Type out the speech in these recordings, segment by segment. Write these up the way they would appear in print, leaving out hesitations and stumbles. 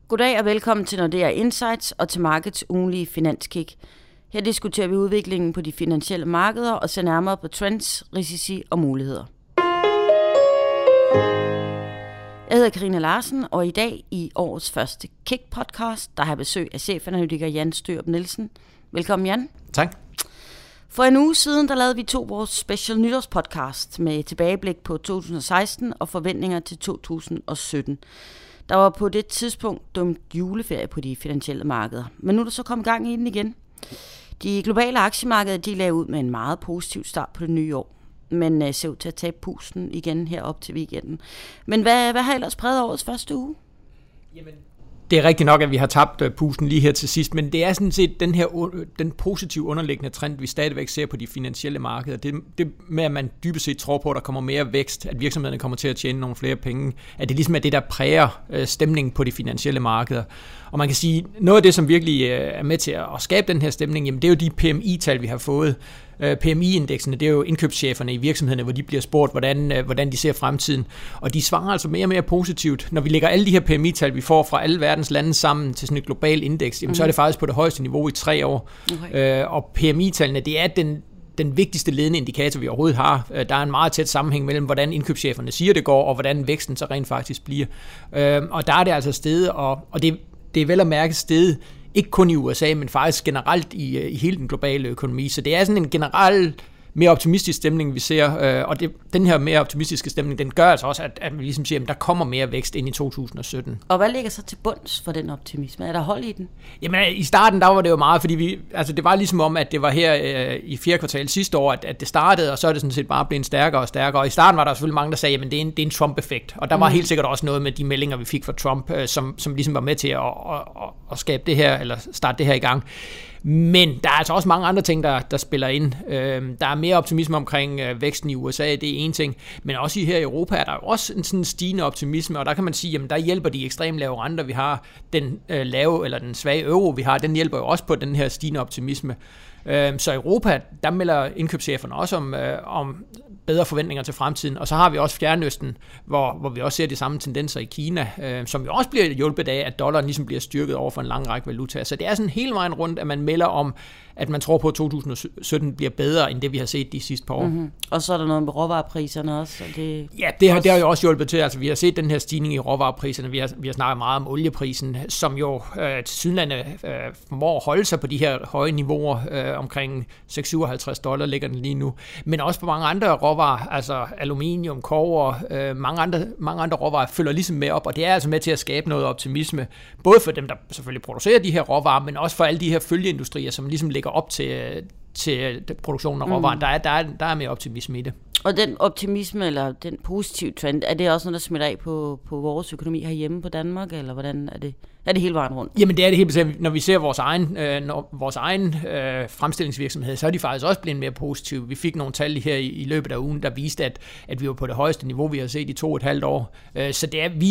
Goddag og velkommen til Nordea Insights og til Markets ugenlige finanskick. Her diskuterer vi udviklingen på de finansielle markeder og ser nærmere på trends, risici og muligheder. Jeg hedder Karina Larsen, og i dag i årets første Kick-podcast, der har jeg besøg af chefanalytiker Jan Størup Nielsen. Velkommen, Jan. Tak. For en uge siden, der lavede vi vores special nytårspodcast med tilbageblik på 2016 og forventninger til 2017. Der var på det tidspunkt dumt juleferie på de finansielle markeder, men nu er der så kommet gang i den igen. De globale aktiemarkeder, de lavede ud med en meget positiv start på det nye år, men ser ud til at tabe pusten igen herop til weekenden. Men hvad har ellers præget årets første uge? Jamen, det er rigtigt nok, at vi har tabt pusten lige her til sidst, men det er sådan set den positive underliggende trend, vi stadigvæk ser på de finansielle markeder. Det med, at man dybest set tror på, at der kommer mere vækst, at virksomhederne kommer til at tjene nogle flere penge, at det ligesom er det, der præger stemningen på de finansielle markeder. Og man kan sige, noget af det, som virkelig er med til at skabe den her stemning, jamen det er jo de PMI-tal, vi har fået. PMI-indeksene, det er jo indkøbscheferne i virksomhederne, hvor de bliver spurgt, hvordan de ser fremtiden. Og de svarer altså mere og mere positivt. Når vi lægger alle de her PMI-tal, vi får fra alle verdens lande sammen til sådan et globalt indeks, jamen så er det faktisk på det højeste niveau i 3 år. Okay. Og PMI-tallene, det er den vigtigste ledende indikator, vi overhovedet har. Der er en meget tæt sammenhæng mellem, hvordan indkøbscheferne siger, det går, og hvordan væksten så rent faktisk bliver. Og der er det altså steget, og det er vel at mærke steget, ikke kun i USA, men faktisk generelt i hele den globale økonomi. Så det er sådan en generel mere optimistisk stemning, vi ser, og den her mere optimistiske stemning, den gør altså også, at vi ligesom siger, at der kommer mere vækst ind i 2017. Og hvad ligger så til bunds for den optimisme? Er der hold i den? Jamen i starten, der var det jo meget, fordi det var ligesom om, at det var her i 4. kvartal sidste år, at det startede, og så er det sådan set bare blevet stærkere og stærkere. Og i starten var der selvfølgelig mange, der sagde, at det er en Trump-effekt. Og der var helt sikkert også noget med de meldinger, vi fik fra Trump, som ligesom var med til at skabe det her, eller starte det her i gang. Men der er altså også mange andre ting, der spiller ind. Der er mere optimisme omkring væksten i USA, det er en ting. Men også her i Europa er der også en sådan stigende optimisme, og der kan man sige, at der hjælper de ekstremt lave renter, vi har. Den lave eller den svage euro, vi har, den hjælper jo også på den her stigende optimisme. Så i Europa, der melder indkøbscheferne også om bedre forventninger til fremtiden. Og så har vi også Fjernøsten, hvor vi også ser de samme tendenser i Kina, som jo også bliver hjulpet af, at dollaren ligesom bliver styrket over for en lang række valutaer. Så det er sådan hele vejen rundt, at man melder om, at man tror på, at 2017 bliver bedre, end det vi har set de sidste par år. Mm-hmm. Og så er der noget med råvarepriserne også. Det har jo også hjulpet til. Altså, vi har set den her stigning i råvarepriserne. Vi har snakket meget om olieprisen, som jo tilsyneladende formår at holde sig på de her høje niveauer. Omkring $657 ligger den lige nu. Men også på mange andre råvarer, altså aluminium, kobber, mange andre råvarer følger ligesom med op, og det er altså med til at skabe noget optimisme. Både for dem, der selvfølgelig producerer de her råvarer, men også for alle de her følgeindustrier, som ligesom ligger op til produktionen af råvarer. Der er mere optimisme i det. Og den optimisme, eller den positive trend, er det også noget, der smitter af på vores økonomi herhjemme på Danmark, eller hvordan er det? Er det hele vejen rundt? Jamen det er det helt bestemt. Når vi ser vores egen fremstillingsvirksomhed, så er de faktisk også blevet mere positive. Vi fik nogle tal her i løbet af ugen, der viste, at vi var på det højeste niveau, vi har set i 2,5 år. Så det er,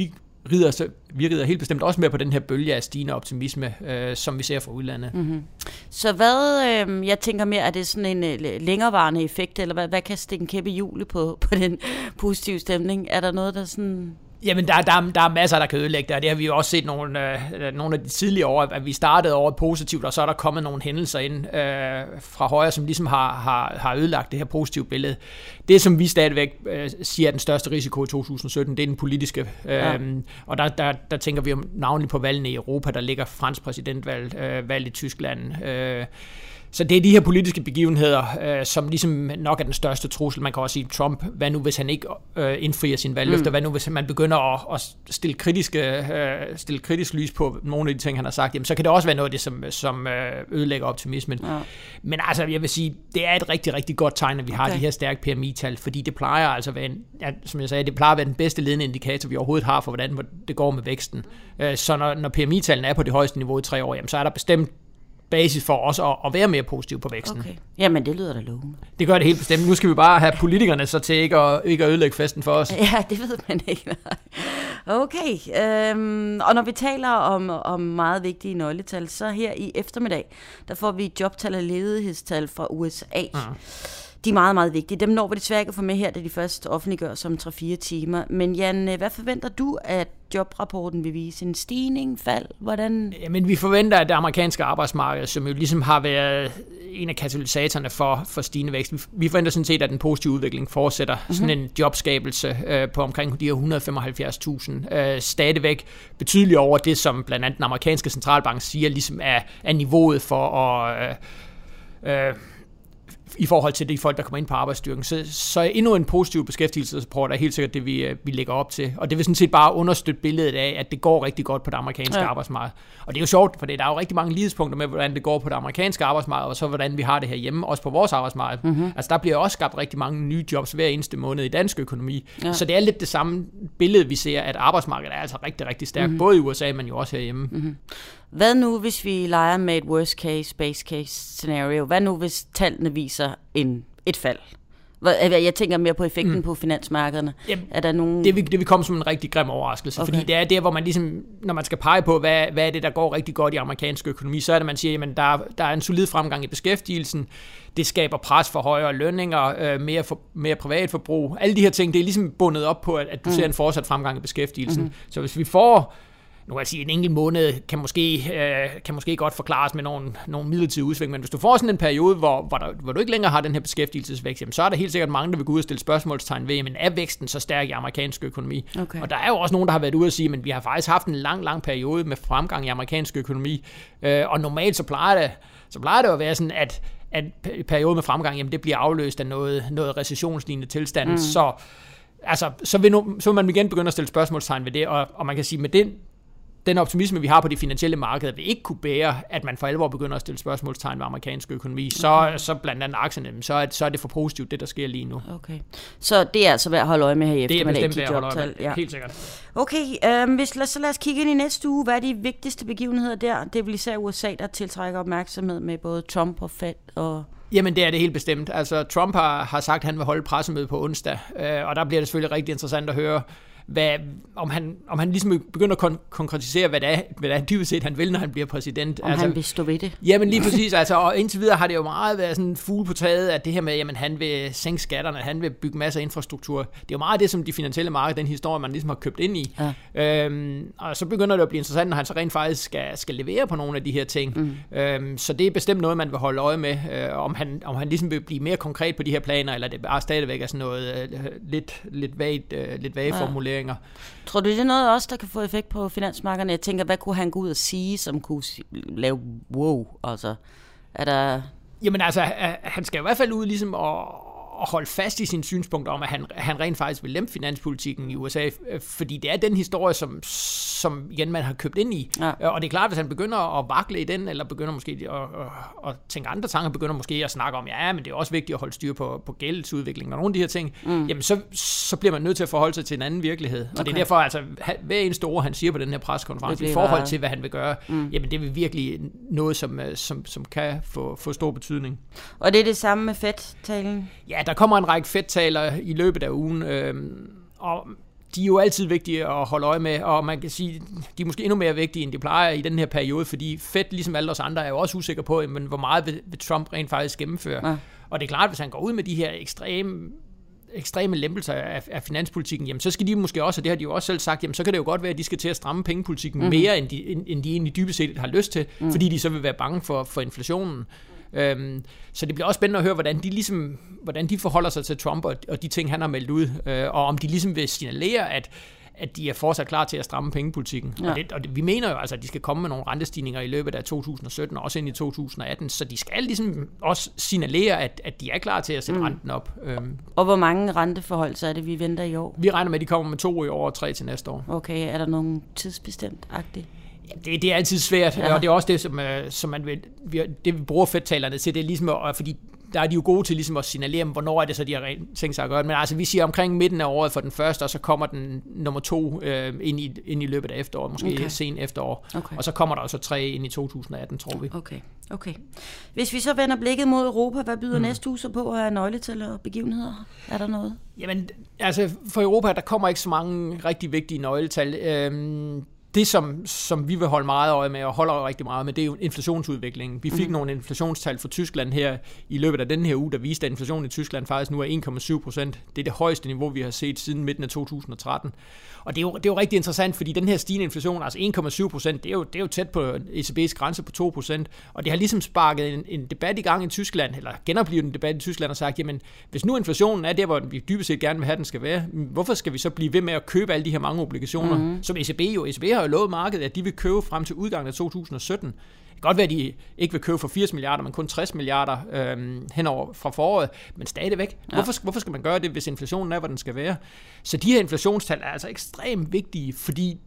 vi rider helt bestemt også med på den her bølge af stigende optimisme, som vi ser fra udlandet. Mm-hmm. Så jeg tænker mere, er det sådan en længerevarende effekt, eller hvad kan stikke en kæppe i hjulet på den positive stemning? Er der noget, der sådan... Jamen, der er masser, der kan ødelægge det, og det har vi jo også set nogle af de tidligere år, at vi startede over positivt, og så er der kommet nogle hændelser ind fra højre, som ligesom har ødelagt det her positive billede. Det, som vi stadigvæk siger er den største risiko i 2017, det er den politiske. Og der tænker vi jo navnlig på valgene i Europa, der ligger fransk præsidentvalg, valg i Tyskland. Så det er de her politiske begivenheder, som ligesom nok er den største trussel. Man kan også sige, Trump, hvad nu hvis han ikke indfrier sin valgløfter? Hvad nu hvis man begynder at stille kritisk lys på nogle af de ting, han har sagt? Jamen, så kan det også være noget af det, som ødelægger optimismen. Ja. Men altså, jeg vil sige, det er et rigtig, rigtig godt tegn, at vi har de her stærke PMI-tal, fordi det plejer altså at være som jeg sagde, det plejer at være den bedste ledende indikator, vi overhovedet har for, hvordan det går med væksten. Så når PMI-tallene er på det højeste niveau i 3 år, jamen, så er der bestemt basis for os at være mere positiv på væksten. Okay. Jamen, det lyder da lovende. Det gør det helt bestemt. Nu skal vi bare have politikerne så til ikke at ødelægge festen for os. Ja, det ved man ikke. Okay. Og når vi taler om meget vigtige nøgletal, så her i eftermiddag, der får vi jobtal og ledighedstal fra USA. De er meget, meget vigtige. Dem når vi desværre ikke at få med her, da de først offentliggøres om 3-4 timer. Men Jan, hvad forventer du, at jobrapporten vil vise? En stigning, fald? Hvordan? Jamen, vi forventer, at det amerikanske arbejdsmarked, som jo ligesom har været en af katalysatorerne for stigende vækst, vi forventer sådan set, at den positive udvikling fortsætter. Sådan en jobskabelse på omkring de her 175.000 stadigvæk betydeligt over det, som blandt andet den amerikanske centralbank siger, ligesom er niveauet for at i forhold til de folk, der kommer ind på arbejdsstyrken. Så endnu en positiv beskæftigelsesrapport er helt sikkert det, vi lægger op til. Og det vil sådan set bare understøtte billedet af, at det går rigtig godt på det amerikanske arbejdsmarked. Og det er jo sjovt, for der er jo rigtig mange lighedspunkter med, hvordan det går på det amerikanske arbejdsmarked, og så hvordan vi har det herhjemme, også på vores arbejdsmarked. Altså der bliver også skabt rigtig mange nye jobs hver eneste måned i dansk økonomi. Ja. Så det er lidt det samme billede, vi ser, at arbejdsmarkedet er altså rigtig, rigtig stærkt, både i USA, men jo også herhjemme. Hvad nu, hvis vi leger med et worst case, base case scenario? Hvad nu, hvis tallene viser et fald? Jeg tænker mere på effekten på finansmarkederne. Jamen, er der nogen... Det vil komme som en rigtig grim overraskelse, fordi det er der, hvor man ligesom, når man skal pege på, hvad er det, der går rigtig godt i amerikansk økonomi, så er det, man siger, jamen der er en solid fremgang i beskæftigelsen, det skaber pres for højere lønninger, mere privatforbrug. Alle de her ting, det er ligesom bundet op på, at du ser en fortsat fremgang i beskæftigelsen. Så hvis vi får... Nu kan jeg sige, en enkelt måned kan måske godt forklares med nogle midlertidige udsving, men hvis du får sådan en periode, hvor du ikke længere har den her beskæftigelsesvækst, jamen, så er der helt sikkert mange, der vil gå ud og stille spørgsmålstegn ved, men er væksten så stærk i amerikansk økonomi? Okay. Og der er jo også nogen, der har været ude og sige, men vi har faktisk haft en lang periode med fremgang i amerikansk økonomi, og normalt så plejer det at være sådan, at periode med fremgang, jamen det bliver afløst af noget recessionslignende tilstand, så vil man igen begynde at stille spørgsmålstegn ved det, og man kan sige, med den optimisme, vi har på de finansielle markeder, vil ikke kunne bære, at man for alvor begynder at stille spørgsmålstegn ved amerikansk økonomi. Så blandt andet aktierne, så er det for positivt, det der sker lige nu. Okay. Så det er altså værd at holde øje med herefter. Det er bestemt værd at holde øje med, ja. Helt sikkert. Okay, lad os kigge ind i næste uge. Hvad er de vigtigste begivenheder der? Det er vel især USA, der tiltrækker opmærksomhed med både Trump og Fed og... Jamen, det er det helt bestemt. Altså, Trump har sagt, at han vil holde pressemøde på onsdag, og der bliver det selvfølgelig rigtig interessant at høre, om han ligesom begynder at konkretisere, hvad det er dybest set, han vil, når han bliver præsident. Om han vil stå ved det. Jamen lige præcis, og indtil videre har det jo meget været sådan en fugle på taget, at det her med, jamen han vil sænke skatterne, han vil bygge masser af infrastruktur. Det er jo meget det, som de finansielle markeder, den historie, man ligesom har købt ind i. Ja. Og så begynder det at blive interessant, når han så rent faktisk skal levere på nogle af de her ting. Så det er bestemt noget, man vil holde øje med, om han ligesom vil blive mere konkret på de her planer, eller det bare stadigvæk er sådan noget lidt vage formuleringer. Tror du, det er noget også, der kan få effekt på finansmarkederne? Jeg tænker, hvad kunne han gå ud og sige, som kunne lave wow? Altså, er der... Jamen altså, han skal i hvert fald ud ligesom at holde fast i sine synspunkter om, at han rent faktisk vil lempe finanspolitikken i USA, fordi det er den historie, som igen man har købt ind i. Ja. Og det er klart, hvis han begynder at vakle i den, eller begynder måske at tænke andre tanker, begynder måske at snakke om, ja, men det er også vigtigt at holde styr på gældsudviklingen og nogle af de her ting, jamen så bliver man nødt til at forholde sig til en anden virkelighed. Og det er derfor, altså, hver eneste ord, han siger på den her pressekonference, i forhold til, hvad han vil gøre, jamen det vil virkelig noget, som kan få stor betydning. Og det er det samme med Fed-talen? Ja, der kommer en række Fed-taler i løbet af ugen, og de er jo altid vigtige at holde øje med, og man kan sige, de er måske endnu mere vigtige, end de plejer i den her periode, fordi Fed, ligesom alle os andre, er jo også usikre på, men hvor meget vil Trump rent faktisk gennemføre. Ja. Og det er klart, hvis han går ud med de her ekstreme lempelser af finanspolitikken, jamen så skal de måske også, og det har de jo også selv sagt, jamen så kan det jo godt være, at de skal til at stramme pengepolitikken mere, end de egentlig dybest set har lyst til, fordi de så vil være bange for inflationen. Så det bliver også spændende at høre, hvordan de forholder sig til Trump og de ting, han har meldt ud, og om de ligesom vil signalere, at de er fortsat klar til at stramme pengepolitikken. Ja. Og vi mener jo altså, at de skal komme med nogle rentestigninger i løbet af 2017 og også ind i 2018, så de skal ligesom også signalere, at de er klar til at sætte renten op. Og hvor mange renteforhold så er det, vi venter i år? Vi regner med, at de kommer med 2 i år og 3 til næste år. Okay, er der nogen tidsbestemt-agtigt? Det er altid svært, og det er også det, som man vil, det vi bruger Fed-talerne til, det er ligesom, fordi der er de jo gode til ligesom at signalere, hvornår er det så, de har tænkt sig at gøre det. Men altså, vi siger omkring midten af året for den første, og så kommer den nummer 2 ind i løbet af efteråret, måske sen efterår. Okay. Og så kommer der også 3 ind i 2018, tror vi. Okay. Hvis vi så vender blikket mod Europa, hvad byder næste uge så på af nøgletal og begivenheder? Er der noget? Jamen, altså for Europa, der kommer ikke så mange rigtig vigtige nøgletal. Det, som vi vil holde meget øje med, og holder rigtig meget med, det er jo inflationsudviklingen. Vi fik nogle inflationstal fra Tyskland her i løbet af den her uge, der viste, at inflationen i Tyskland faktisk nu er 1,7%. Det er det højeste niveau, vi har set siden midten af 2013. Og det er jo rigtig interessant, fordi den her stigende inflation, altså 1,7%, det er jo tæt på ECB's grænse på 2%. Og det har ligesom sparket en debat i gang i Tyskland, eller genoplivet en debat i Tyskland og sagt, jamen, hvis nu inflationen er der, hvor vi dybest set gerne vil have, den skal være, hvorfor skal vi så blive ved med at købe alle de her mange obligationer, som ECB har jo lovet markedet, at de vil købe frem til udgangen af 2017. Det kan godt være, at de ikke vil købe for 80 milliarder, men kun 60 milliarder henover fra foråret, men stadigvæk. Ja. Hvorfor skal man gøre det, hvis inflationen er, hvor den skal være? Så de her inflationstal er altså ekstremt vigtige, fordi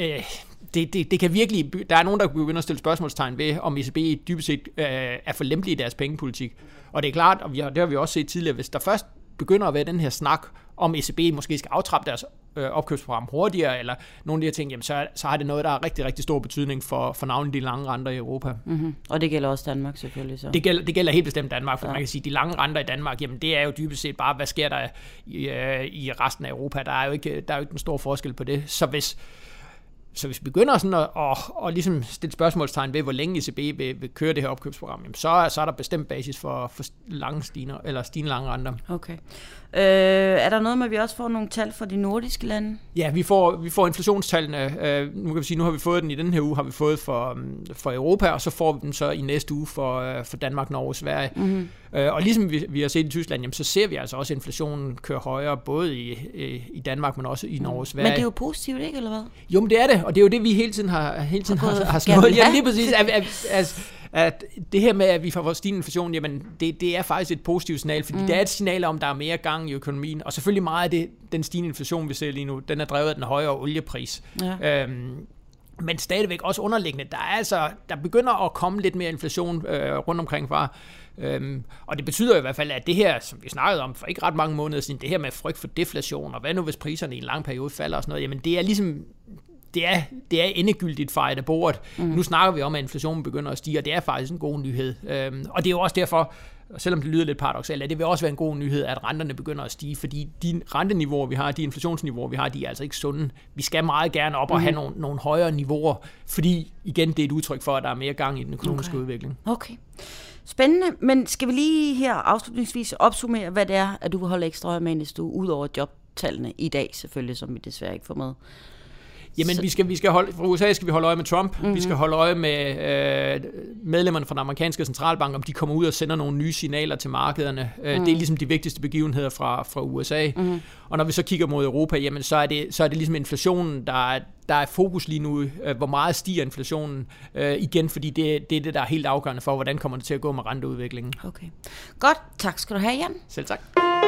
det kan virkelig... Der er nogen, der begynder at stille spørgsmålstegn ved, om ECB dybest set er for lempelige i deres pengepolitik. Og det er klart, og det har vi også set tidligere, hvis der først begynder at være den her snak, om ECB måske skal aftrappe deres opkøbsprogram hurtigere, eller nogle af de her ting, jamen så har det noget, der har rigtig, rigtig stor betydning for navnlig de lange renter i Europa. Mm-hmm. Og det gælder også Danmark selvfølgelig så. Det gælder helt bestemt Danmark, for man kan sige, de lange renter i Danmark, jamen det er jo dybest set bare, hvad sker der i resten af Europa? Der er jo ikke en stor forskel på det. Så hvis vi begynder sådan at ligesom stille spørgsmålstegn ved, hvor længe ECB vil køre det her opkøbsprogram, jamen så er der bestemt basis for stigende lange renter. Okay. Er der noget med, at vi også får nogle tal fra de nordiske lande? Ja, vi får inflationstallene. Nu kan vi sige, nu har vi fået den i den her uge, har vi fået for Europa, og så får vi dem så i næste uge for Danmark, Norge og Sverige. Mm-hmm. Og ligesom vi har set i Tyskland, jamen, så ser vi altså også, at inflationen kører højere, både i Danmark, men også i Norge og Sverige. Men det er jo positivt, ikke, eller hvad? Jo, men det er det, og det er jo det, vi hele tiden har slået. Ja, lige præcis. At det her med, at vi får vores stigende inflation, jamen det er faktisk et positivt signal, fordi det er et signal om, der er mere gang i økonomien, og selvfølgelig meget af den stigende inflation, vi ser lige nu, den er drevet af den højere oliepris. Ja. Men stadigvæk også underliggende, der begynder at komme lidt mere inflation rundt omkring fra. Og det betyder i hvert fald, at det her, som vi snakkede om for ikke ret mange måneder siden, det her med frygt for deflation, og hvad nu hvis priserne i en lang periode falder og sådan noget, jamen det er ligesom... Det er endegyldigt fejret af bordet. Nu snakker vi om, at inflationen begynder at stige, og det er faktisk en god nyhed. Og det er jo også derfor, selvom det lyder lidt paradoksalt, at det vil også være en god nyhed, at renterne begynder at stige, fordi de renteniveauer, vi har, de inflationsniveauer, vi har, de er altså ikke sunde. Vi skal meget gerne op og have nogle højere niveauer, fordi igen, det er et udtryk for, at der er mere gang i den økonomiske udvikling. Okay. Spændende, men skal vi lige her afslutningsvis opsummere, hvad det er, at du vil holde ekstra øje med næste uge, ud over jobtallene i dag selvfølgelig, som vi desværre ikke får med? Jamen, vi skal holde, fra USA skal vi holde øje med Trump. Vi skal holde øje med medlemmerne fra den amerikanske centralbank, om de kommer ud og sender nogle nye signaler til markederne. Det er ligesom de vigtigste begivenheder fra USA. Og når vi så kigger mod Europa, jamen, så er det ligesom inflationen, der er fokus lige nu. Hvor meget stiger inflationen igen, fordi det er det, der er helt afgørende for, hvordan kommer det til at gå med renteudviklingen. Okay. Godt. Tak skal du have, Jan. Selv tak.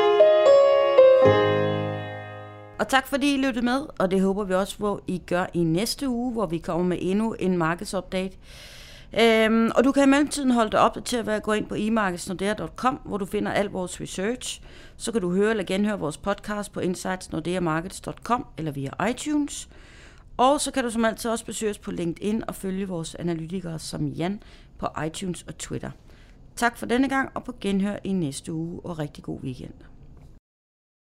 Og tak fordi I lyttede med, og det håber vi også, hvor I gør i næste uge, hvor vi kommer med endnu en markedsupdate. Og du kan i mellemtiden holde dig opdateret ved at gå ind på emarketsnordea.com, hvor du finder al vores research. Så kan du høre eller genhøre vores podcast på insightsnordeamarkets.com eller via iTunes. Og så kan du som altid også besøge os på LinkedIn og følge vores analytikere som Jan på iTunes og Twitter. Tak for denne gang, og på genhør i næste uge, og rigtig god weekend.